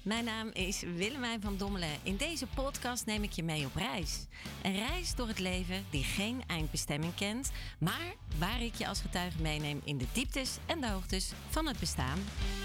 Mijn naam is Willemijn van Dommelen. In deze podcast neem ik je mee op reis. Een reis door het leven die geen eindbestemming kent, maar waar ik je als getuige meeneem in de dieptes en de hoogtes van het bestaan.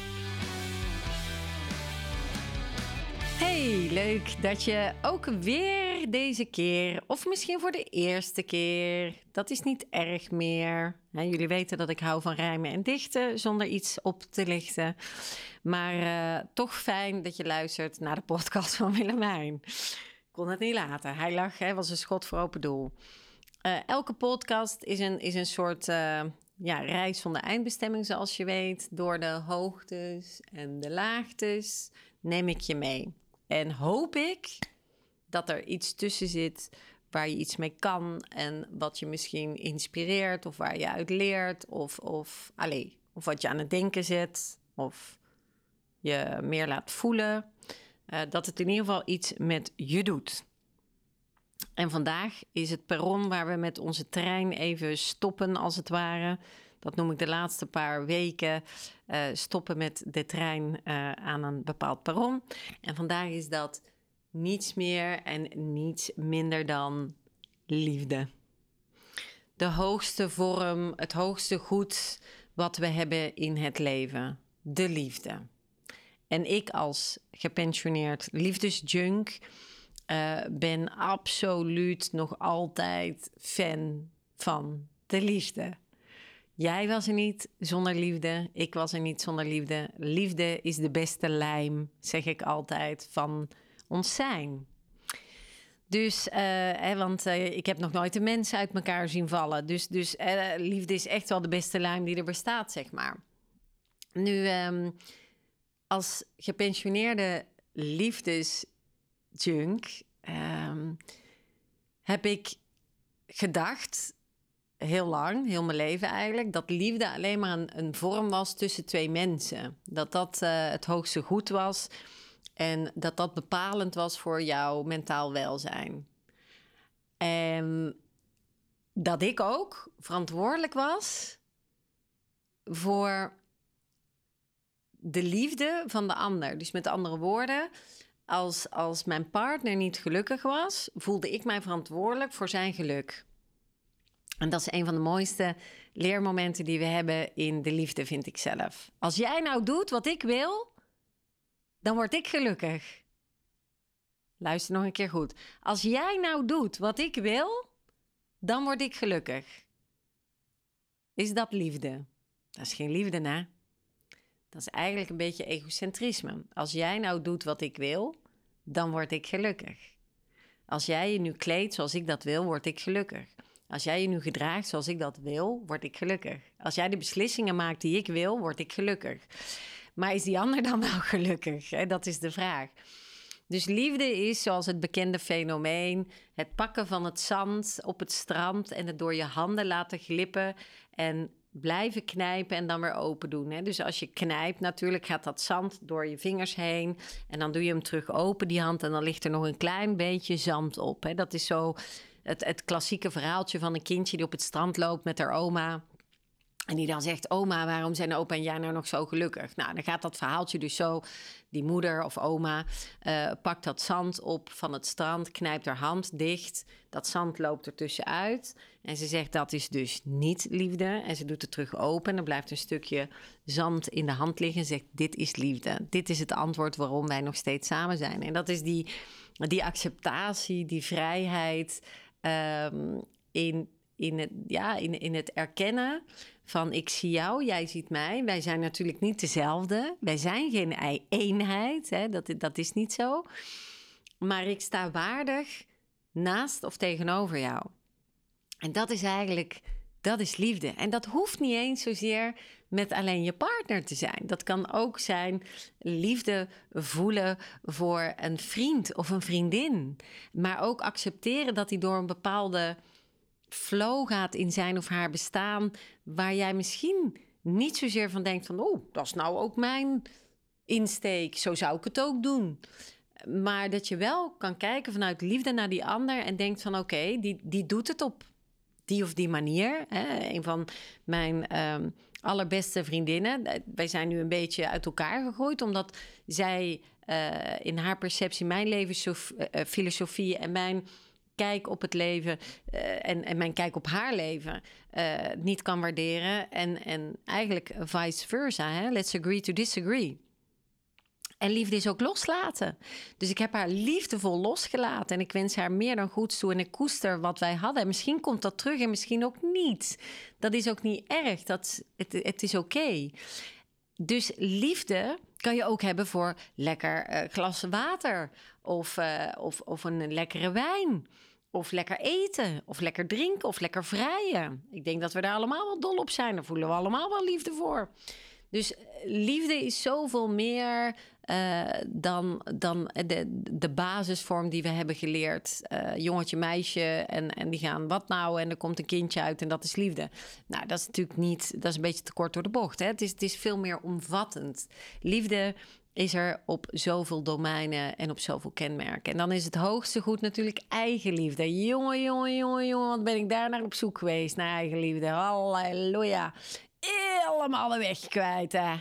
Hey, leuk dat je ook weer deze keer, of misschien voor de eerste keer, dat is niet erg meer. Jullie weten dat ik hou van rijmen en dichten zonder iets op te lichten. Maar toch fijn dat je luistert naar de podcast van Willemijn. Ik kon het niet laten. Hij lag, was een schot voor open doel. Elke podcast is een soort reis van de eindbestemming, zoals je weet. Door de hoogtes en de laagtes neem ik je mee. En hoop ik dat er iets tussen zit waar je iets mee kan en wat je misschien inspireert of waar je uit leert of wat je aan het denken zet of je meer laat voelen. Dat het in ieder geval iets met je doet. En vandaag is het perron waar we met onze trein even stoppen als het ware. Dat noem ik de laatste paar weken stoppen met de trein aan een bepaald perron. En vandaag is dat niets meer en niets minder dan liefde. De hoogste vorm, het hoogste goed wat we hebben in het leven. De liefde. En ik als gepensioneerd liefdesjunk ben absoluut nog altijd fan van de liefde. Jij was er niet zonder liefde, ik was er niet zonder liefde. Liefde is de beste lijm, zeg ik altijd, van ons zijn. Dus, want ik heb nog nooit de mensen uit elkaar zien vallen. Dus liefde is echt wel de beste lijm die er bestaat, zeg maar. Nu, als gepensioneerde liefdesjunk heb ik gedacht, heel lang, heel mijn leven eigenlijk, dat liefde alleen maar een vorm was tussen twee mensen. Dat het hoogste goed was en dat bepalend was voor jouw mentaal welzijn. En dat ik ook verantwoordelijk was voor de liefde van de ander. Dus met andere woorden, als mijn partner niet gelukkig was, voelde ik mij verantwoordelijk voor zijn geluk. En dat is een van de mooiste leermomenten die we hebben in de liefde, vind ik zelf. Als jij nou doet wat ik wil, dan word ik gelukkig. Luister nog een keer goed. Als jij nou doet wat ik wil, dan word ik gelukkig. Is dat liefde? Dat is geen liefde, hè? Dat is eigenlijk een beetje egocentrisme. Als jij nou doet wat ik wil, dan word ik gelukkig. Als jij je nu kleedt zoals ik dat wil, word ik gelukkig. Als jij je nu gedraagt zoals ik dat wil, word ik gelukkig. Als jij de beslissingen maakt die ik wil, word ik gelukkig. Maar is die ander dan wel gelukkig? Dat is de vraag. Dus liefde is, zoals het bekende fenomeen, het pakken van het zand op het strand en het door je handen laten glippen en blijven knijpen en dan weer open doen. Dus als je knijpt, natuurlijk gaat dat zand door je vingers heen en dan doe je hem terug open, die hand, en dan ligt er nog een klein beetje zand op. Dat is zo het klassieke verhaaltje van een kindje die op het strand loopt met haar oma. En die dan zegt, oma, waarom zijn opa en jij nou nog zo gelukkig? Nou, dan gaat dat verhaaltje dus zo. Die moeder of oma pakt dat zand op van het strand, knijpt haar hand dicht. Dat zand loopt er tussenuit. En ze zegt, dat is dus niet liefde. En ze doet het terug open en er blijft een stukje zand in de hand liggen. En zegt, dit is liefde. Dit is het antwoord waarom wij nog steeds samen zijn. En dat is die acceptatie, die vrijheid in het erkennen van ik zie jou, jij ziet mij. Wij zijn natuurlijk niet dezelfde. Wij zijn geen eenheid. Dat is niet zo. Maar ik sta waardig naast of tegenover jou. En dat is liefde. En dat hoeft niet eens zozeer met alleen je partner te zijn. Dat kan ook zijn liefde voelen voor een vriend of een vriendin. Maar ook accepteren dat hij door een bepaalde flow gaat in zijn of haar bestaan, waar jij misschien niet zozeer van denkt van, oh, dat is nou ook mijn insteek, zo zou ik het ook doen. Maar dat je wel kan kijken vanuit liefde naar die ander en denkt van, oké, die doet het op die of die manier. Hè? Een van mijn allerbeste vriendinnen. Wij zijn nu een beetje uit elkaar gegroeid, omdat zij in haar perceptie mijn levensfilosofie en mijn kijk op het leven en mijn kijk op haar leven niet kan waarderen. En eigenlijk vice versa. Hè? Let's agree to disagree. En liefde is ook loslaten. Dus ik heb haar liefdevol losgelaten. En ik wens haar meer dan goeds toe. En ik koester wat wij hadden. En misschien komt dat terug en misschien ook niet. Dat is ook niet erg. Het is oké. Dus liefde kan je ook hebben voor lekker glas water. Of een lekkere wijn. Of lekker eten. Of lekker drinken. Of lekker vrijen. Ik denk dat we daar allemaal wel dol op zijn. Daar voelen we allemaal wel liefde voor. Dus liefde is zoveel meer dan de basisvorm die we hebben geleerd. Jongetje, meisje en die gaan wat nou en er komt een kindje uit en dat is liefde. Nou, dat is natuurlijk niet, dat is een beetje te kort door de bocht. Hè? Het is veel meer omvattend. Liefde is er op zoveel domeinen en op zoveel kenmerken. En dan is het hoogste goed natuurlijk eigenliefde. Jongen, wat ben ik daar naar op zoek geweest, naar eigenliefde. Halleluja. Helemaal de weg kwijt, hè.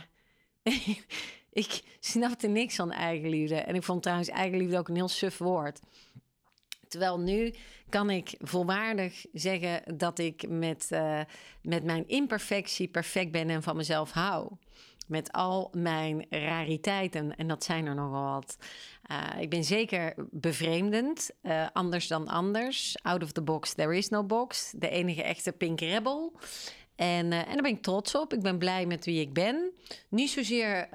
Ik snapte niks van eigenliefde. En ik vond trouwens eigenliefde ook een heel suf woord. Terwijl nu kan ik volwaardig zeggen dat ik met mijn imperfectie perfect ben en van mezelf hou. Met al mijn rariteiten. En dat zijn er nogal wat. Ik ben zeker bevreemdend. Anders dan anders. Out of the box, there is no box. De enige echte Pink Rebel. En daar ben ik trots op. Ik ben blij met wie ik ben. Niet zozeer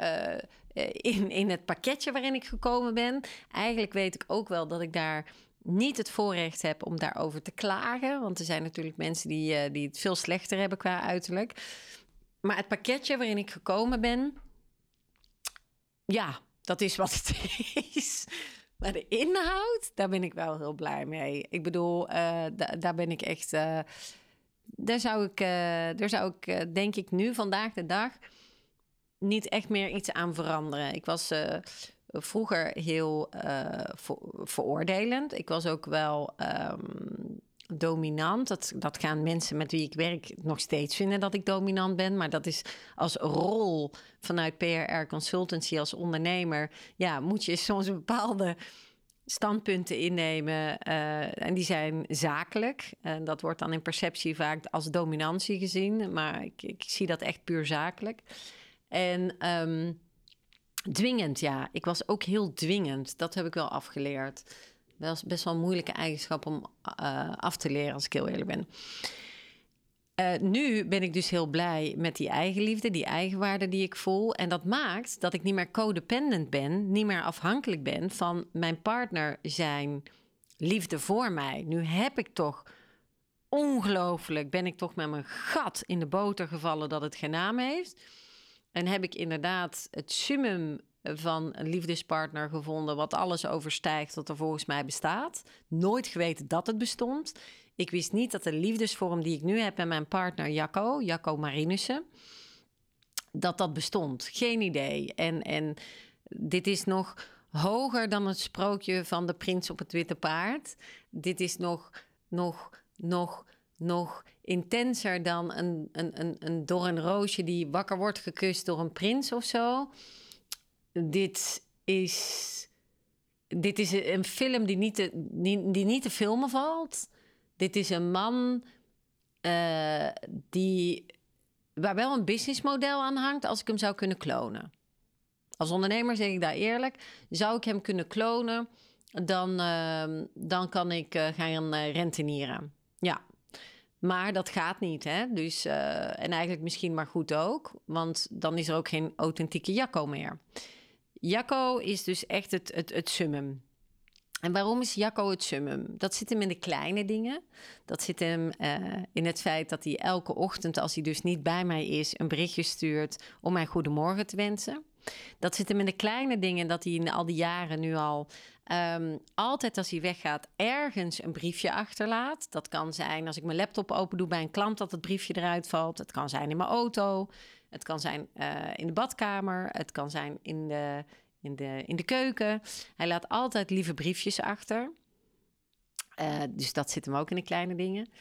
in het pakketje waarin ik gekomen ben. Eigenlijk weet ik ook wel dat ik daar niet het voorrecht heb om daarover te klagen. Want er zijn natuurlijk mensen die het veel slechter hebben qua uiterlijk. Maar het pakketje waarin ik gekomen ben, ja, dat is wat het is. Maar de inhoud, daar ben ik wel heel blij mee. Ik bedoel, daar ben ik echt... Daar zou ik denk ik nu, vandaag de dag, niet echt meer iets aan veranderen. Ik was vroeger heel veroordelend. Ik was ook wel dominant. Dat gaan mensen met wie ik werk nog steeds vinden dat ik dominant ben. Maar dat is als rol vanuit PR Consultancy als ondernemer. Ja, moet je soms een bepaalde standpunten innemen en die zijn zakelijk. En dat wordt dan in perceptie vaak als dominantie gezien, maar ik zie dat echt puur zakelijk. En dwingend, ja. Ik was ook heel dwingend. Dat heb ik wel afgeleerd. Dat is best wel een moeilijke eigenschap om af te leren, als ik heel eerlijk ben. Nu ben ik dus heel blij met die eigenliefde, die eigenwaarde die ik voel. En dat maakt dat ik niet meer codependent ben, niet meer afhankelijk ben van mijn partner zijn liefde voor mij. Nu heb ik toch ongelooflijk, ben ik toch met mijn gat in de boter gevallen dat het geen naam heeft. En heb ik inderdaad het summum van een liefdespartner gevonden wat alles overstijgt wat er volgens mij bestaat. Nooit geweten dat het bestond. Ik wist niet dat de liefdesvorm die ik nu heb met mijn partner Jacco Marinussen, dat bestond. Geen idee. En dit is nog hoger dan het sprookje van de prins op het witte paard. Dit is nog intenser dan een doornroosje die wakker wordt gekust door een prins of zo. Dit is een film die niet te filmen valt. Dit is een man waar wel een businessmodel aan hangt als ik hem zou kunnen klonen. Als ondernemer zeg ik daar eerlijk. Zou ik hem kunnen klonen, dan kan ik gaan rentenieren. Ja, maar dat gaat niet. Hè? Dus, en eigenlijk misschien maar goed ook. Want dan is er ook geen authentieke Jacco meer. Jacco is dus echt het summum. En waarom is Jacco het summum? Dat zit hem in de kleine dingen. Dat zit hem in het feit dat hij elke ochtend, als hij dus niet bij mij is, een berichtje stuurt om mij goedemorgen te wensen. Dat zit hem in de kleine dingen dat hij in al die jaren nu al altijd als hij weggaat ergens een briefje achterlaat. Dat kan zijn als ik mijn laptop open doe bij een klant dat het briefje eruit valt. Het kan zijn in mijn auto. Het kan zijn in de badkamer. Het kan zijn in de keuken. Hij laat altijd lieve briefjes achter. Dus dat zit hem ook in de kleine dingen.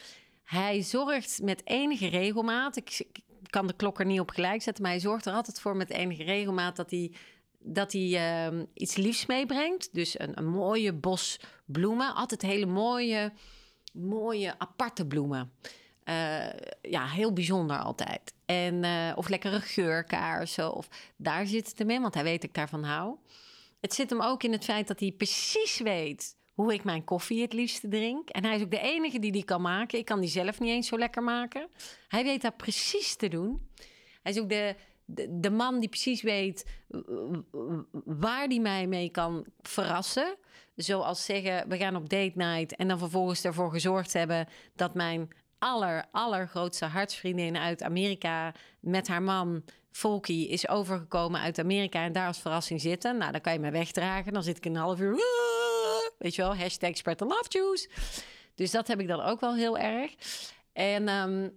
Hij zorgt met enige regelmaat... Ik kan de klok er niet op gelijk zetten... maar hij zorgt er altijd voor met enige regelmaat... dat hij iets liefs meebrengt. Dus een mooie bos bloemen. Altijd hele mooie aparte bloemen. Heel bijzonder altijd. Of lekkere geurkaarsen. Of daar zit het hem in, want hij weet dat ik daarvan hou. Het zit hem ook in het feit dat hij precies weet... hoe ik mijn koffie het liefste drink. En hij is ook de enige die kan maken. Ik kan die zelf niet eens zo lekker maken. Hij weet dat precies te doen. Hij is ook de man die precies weet waar die mij mee kan verrassen. Zoals zeggen, we gaan op date night... en dan vervolgens ervoor gezorgd hebben... dat mijn allergrootste hartsvriendin uit Amerika... met haar man Volkie is overgekomen uit Amerika... en daar als verrassing zitten. Nou, dan kan je mij wegdragen. Dan zit ik een half uur... Weet je wel, hashtag spread the love juice. Dus dat heb ik dan ook wel heel erg. En...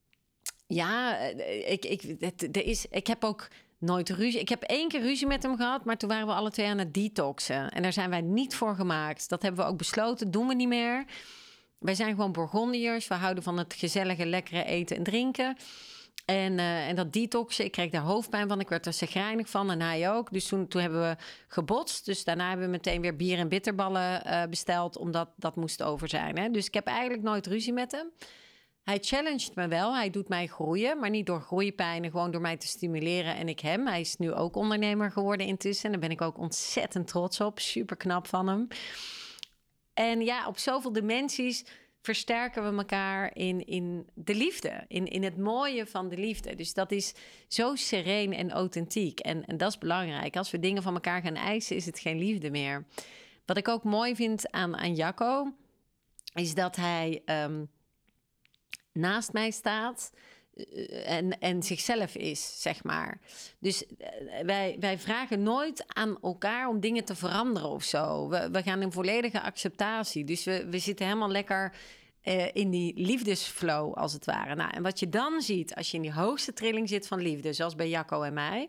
ik heb ook nooit ruzie. Ik heb 1 keer ruzie met hem gehad, maar toen waren we alle 2 aan het detoxen. En daar zijn wij niet voor gemaakt. Dat hebben we ook besloten, doen we niet meer. Wij zijn gewoon Bourgondiërs. We houden van het gezellige, lekkere eten en drinken. En dat detoxen, ik kreeg daar hoofdpijn van. Ik werd er chagrijnig van en hij ook. Dus toen hebben we gebotst. Dus daarna hebben we meteen weer bier en bitterballen besteld... omdat dat moest over zijn. Hè? Dus ik heb eigenlijk nooit ruzie met hem. Hij challenged me wel. Hij doet mij groeien, maar niet door groeipijnen... gewoon door mij te stimuleren en ik hem. Hij is nu ook ondernemer geworden intussen. En daar ben ik ook ontzettend trots op. Super knap van hem. En ja, op zoveel dimensies versterken we elkaar in de liefde. In het mooie van de liefde. Dus dat is zo sereen en authentiek. En dat is belangrijk. Als we dingen van elkaar gaan eisen, is het geen liefde meer. Wat ik ook mooi vind aan Jacco... is dat hij... naast mij staat en zichzelf is, zeg maar. Dus wij vragen nooit aan elkaar om dingen te veranderen of zo. We gaan in volledige acceptatie. Dus we zitten helemaal lekker in die liefdesflow, als het ware. Nou, en wat je dan ziet als je in die hoogste trilling zit van liefde... zoals bij Jacco en mij...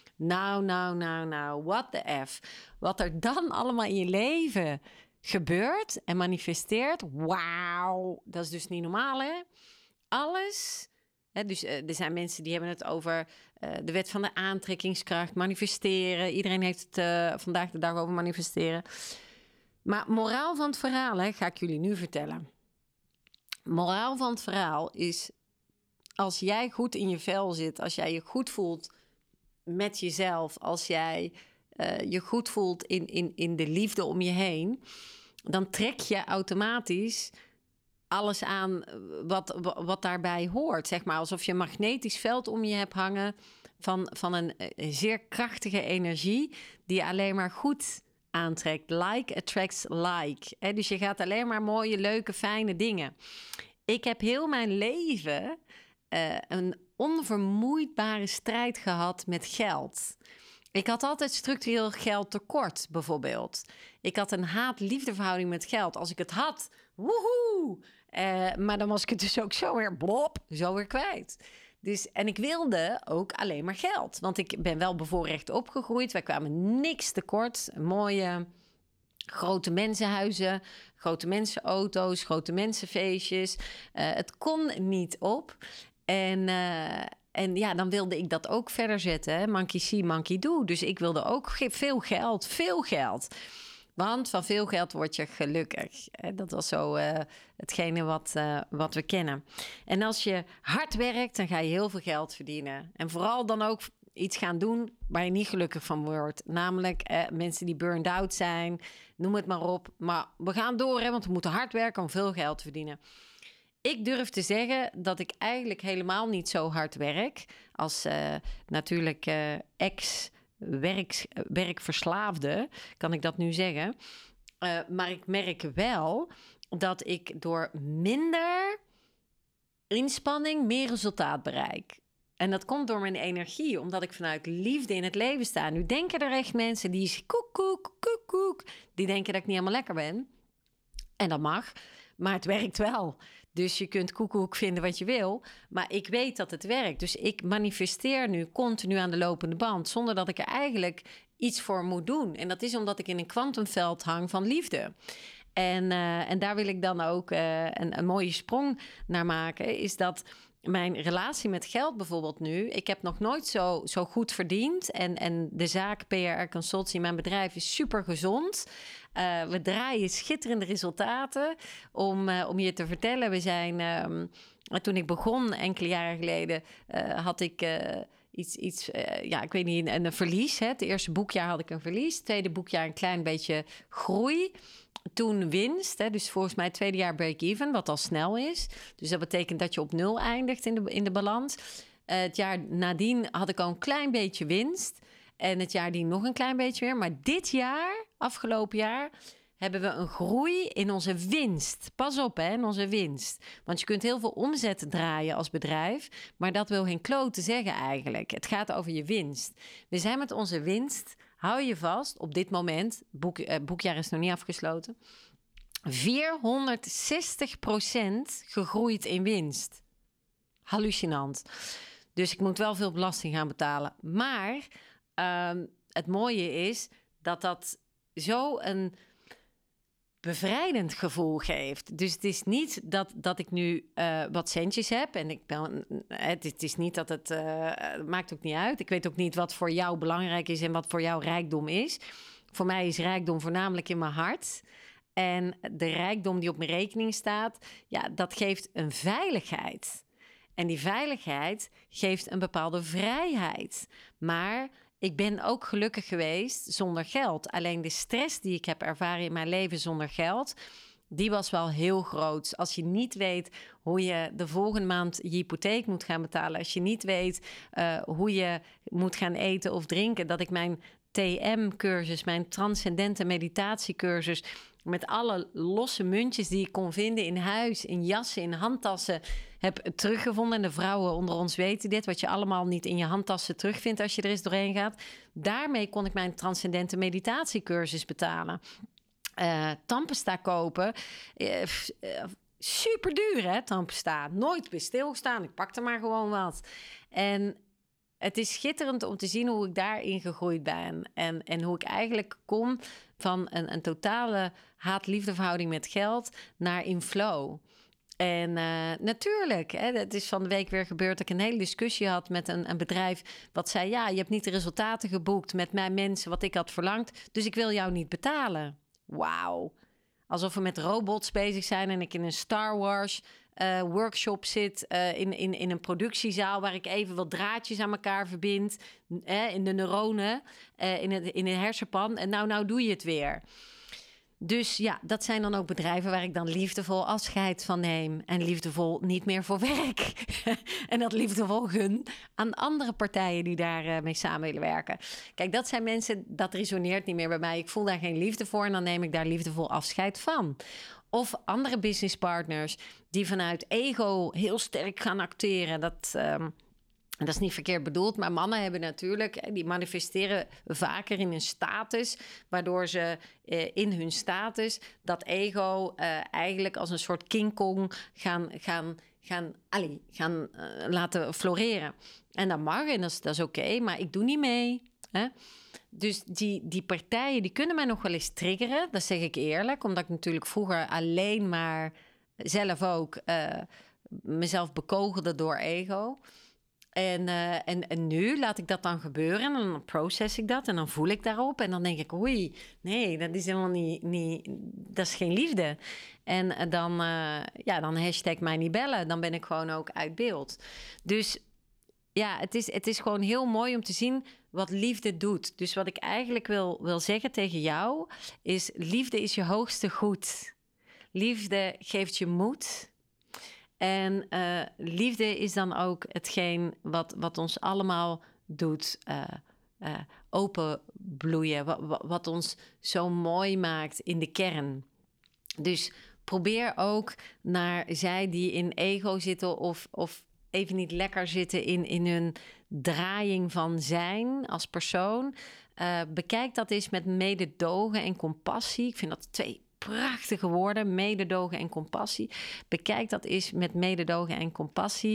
Nou, what the F. Wat er dan allemaal in je leven gebeurt en manifesteert... wauw, dat is dus niet normaal, hè? Alles. Hè, dus er zijn mensen die hebben het over de wet van de aantrekkingskracht, manifesteren. Iedereen heeft het vandaag de dag over manifesteren. Maar moraal van het verhaal, ga ik jullie nu vertellen. Moraal van het verhaal is... als jij goed in je vel zit, als jij je goed voelt met jezelf... als jij je goed voelt in de liefde om je heen... dan trek je automatisch... alles aan wat daarbij hoort, zeg maar. Alsof je een magnetisch veld om je hebt hangen... van een zeer krachtige energie... die alleen maar goed aantrekt. Like attracts like. Dus je gaat alleen maar mooie, leuke, fijne dingen. Ik heb heel mijn leven een onvermoeidbare strijd gehad met geld... Ik had altijd structureel geld tekort, bijvoorbeeld. Ik had een haat-liefdeverhouding met geld. Als ik het had, woehoe! Maar dan was ik het dus ook zo weer kwijt. Dus, en ik wilde ook alleen maar geld. Want ik ben wel bevoorrecht opgegroeid. Wij kwamen niks tekort. Mooie grote mensenhuizen, grote mensenauto's, grote mensenfeestjes. Het kon niet op. En ja, dan wilde ik dat ook verder zetten. Hè? Monkey see, monkey do. Dus ik wilde ook veel geld. Want van veel geld word je gelukkig. Dat was zo hetgene wat we kennen. En als je hard werkt, dan ga je heel veel geld verdienen. En vooral dan ook iets gaan doen waar je niet gelukkig van wordt. Namelijk mensen die burned out zijn, noem het maar op. Maar we gaan door, hè, want we moeten hard werken om veel geld te verdienen. Ik durf te zeggen dat ik eigenlijk helemaal niet zo hard werk... als natuurlijk ex-werkverslaafde, kan ik dat nu zeggen. Maar ik merk wel dat ik door minder inspanning meer resultaat bereik. En dat komt door mijn energie, omdat ik vanuit liefde in het leven sta. Nu denken er echt mensen die koek, die denken dat ik niet helemaal lekker ben. En dat mag, maar het werkt wel. Dus je kunt koekoek vinden wat je wil, maar ik weet dat het werkt. Dus ik manifesteer nu continu aan de lopende band, zonder dat ik er eigenlijk iets voor moet doen. En dat is omdat ik in een kwantumveld hang van liefde. En daar wil ik dan ook een mooie sprong naar maken. Is dat mijn relatie met geld bijvoorbeeld nu... Ik heb nog nooit zo goed verdiend. En de zaak PR Consulting, mijn bedrijf, is super gezond. We draaien schitterende resultaten. Om je te vertellen, we zijn... toen ik begon enkele jaren geleden, had ik... ik weet niet, een verlies. Hè. Het eerste boekjaar had ik een verlies. Het tweede boekjaar een klein beetje groei. Toen winst. Hè. Dus volgens mij het tweede jaar break-even, wat al snel is. Dus dat betekent dat je op 0 eindigt in de balans. Het jaar nadien had ik al een klein beetje winst. En het jaar die nog een klein beetje meer. Maar dit jaar, afgelopen jaar, hebben we een groei in onze winst. Pas op, hè, in onze winst. Want je kunt heel veel omzet draaien als bedrijf, maar dat wil geen klote zeggen eigenlijk. Het gaat over je winst. We zijn met onze winst, hou je vast, op dit moment, boekjaar is nog niet afgesloten, 460% gegroeid in winst. Hallucinant. Dus ik moet wel veel belasting gaan betalen. Maar het mooie is dat zo een bevrijdend gevoel geeft. Dus het is niet dat ik nu wat centjes heb. En het is niet dat het maakt ook niet uit. Ik weet ook niet wat voor jou belangrijk is en wat voor jou rijkdom is. Voor mij is rijkdom voornamelijk in mijn hart. En de rijkdom die op mijn rekening staat, ja, dat geeft een veiligheid. En die veiligheid geeft een bepaalde vrijheid. Maar ik ben ook gelukkig geweest zonder geld. Alleen de stress die ik heb ervaren in mijn leven zonder geld, die was wel heel groot. Als je niet weet hoe je de volgende maand je hypotheek moet gaan betalen, als je niet weet hoe je moet gaan eten of drinken, dat ik mijn TM-cursus, mijn transcendente meditatiecursus, met alle losse muntjes die ik kon vinden in huis, in jassen, in handtassen, heb teruggevonden. En de vrouwen onder ons weten dit, wat je allemaal niet in je handtassen terugvindt als je er eens doorheen gaat. Daarmee kon ik mijn transcendente meditatiecursus betalen. Tandpasta kopen. Super duur, hè, tandpasta. Nooit bij stilgestaan. Ik pakte maar gewoon wat. En het is schitterend om te zien hoe ik daarin gegroeid ben. En hoe ik eigenlijk kom van een totale haat-liefdeverhouding met geld naar in flow. En natuurlijk, hè, het is van de week weer gebeurd dat ik een hele discussie had met een bedrijf wat zei, ja, je hebt niet de resultaten geboekt met mijn mensen wat ik had verlangd, dus ik wil jou niet betalen. Wauw. Alsof we met robots bezig zijn en ik in een Star Wars workshop zit in een productiezaal waar ik even wat draadjes aan elkaar verbind in de neuronen, in de hersenpan en nou doe je het weer. Dus ja, dat zijn dan ook bedrijven waar ik dan liefdevol afscheid van neem. En liefdevol niet meer voor werk. En dat liefdevol gun aan andere partijen die daar mee samen willen werken. Kijk, dat zijn mensen, dat resoneert niet meer bij mij. Ik voel daar geen liefde voor en dan neem ik daar liefdevol afscheid van. Of andere businesspartners die vanuit ego heel sterk gaan acteren. Dat is niet verkeerd bedoeld, maar mannen hebben natuurlijk, die manifesteren vaker in hun status, waardoor ze in hun status dat ego eigenlijk als een soort King Kong gaan laten floreren. En dat mag en dat is oké, maar ik doe niet mee. Hè? Dus die partijen die kunnen mij nog wel eens triggeren, dat zeg ik eerlijk, omdat ik natuurlijk vroeger alleen maar zelf ook mezelf bekogelde door ego. En nu laat ik dat dan gebeuren en dan process ik dat en dan voel ik daarop en dan denk ik, oei, nee, dat is helemaal niet dat is geen liefde. En dan hashtag mij niet bellen, dan ben ik gewoon ook uit beeld. Dus ja, het is gewoon heel mooi om te zien wat liefde doet. Dus wat ik eigenlijk wil zeggen tegen jou is, liefde is je hoogste goed. Liefde geeft je moed. En liefde is dan ook hetgeen wat ons allemaal doet openbloeien. Wat ons zo mooi maakt in de kern. Dus probeer ook naar zij die in ego zitten of even niet lekker zitten in hun draaiing van zijn als persoon. Bekijk dat eens met mededogen en compassie. Ik vind dat 2 prachtige woorden, mededogen en compassie. Bekijk dat eens met mededogen en compassie.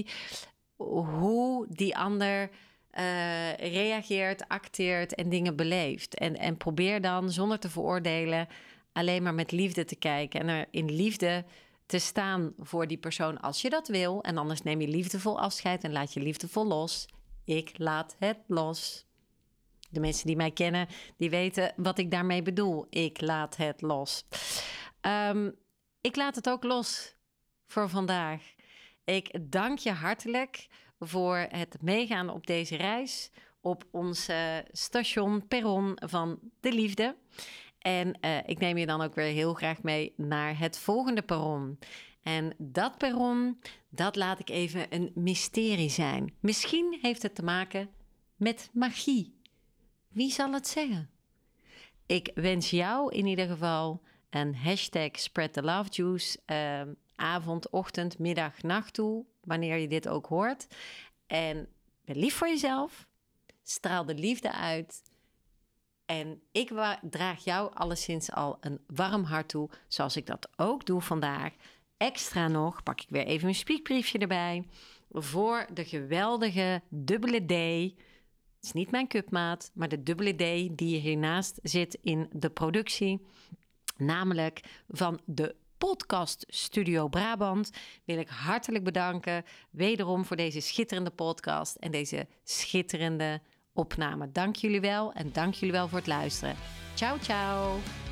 Hoe die ander reageert, acteert en dingen beleeft. En probeer dan zonder te veroordelen alleen maar met liefde te kijken en er in liefde te staan voor die persoon als je dat wil. En anders neem je liefdevol afscheid en laat je liefdevol los. Ik laat het los. De mensen die mij kennen, die weten wat ik daarmee bedoel. Ik laat het los. Ik laat het ook los voor vandaag. Ik dank je hartelijk voor het meegaan op deze reis op ons station perron van de liefde. En ik neem je dan ook weer heel graag mee naar het volgende perron. En dat perron, dat laat ik even een mysterie zijn. Misschien heeft het te maken met magie. Wie zal het zeggen? Ik wens jou in ieder geval een hashtag Spread the Love Juice avond, ochtend, middag, nacht toe, wanneer je dit ook hoort. En ben lief voor jezelf, straal de liefde uit. En ik draag jou alleszins al een warm hart toe, zoals ik dat ook doe vandaag. Extra nog, pak ik weer even mijn speakbriefje erbij, voor de geweldige dubbele D. Het is niet mijn cupmaat, maar de dubbele D die hiernaast zit in de productie. Namelijk van de Podcast Studio Brabant wil ik hartelijk bedanken. Wederom voor deze schitterende podcast en deze schitterende opname. Dank jullie wel en dank jullie wel voor het luisteren. Ciao, ciao.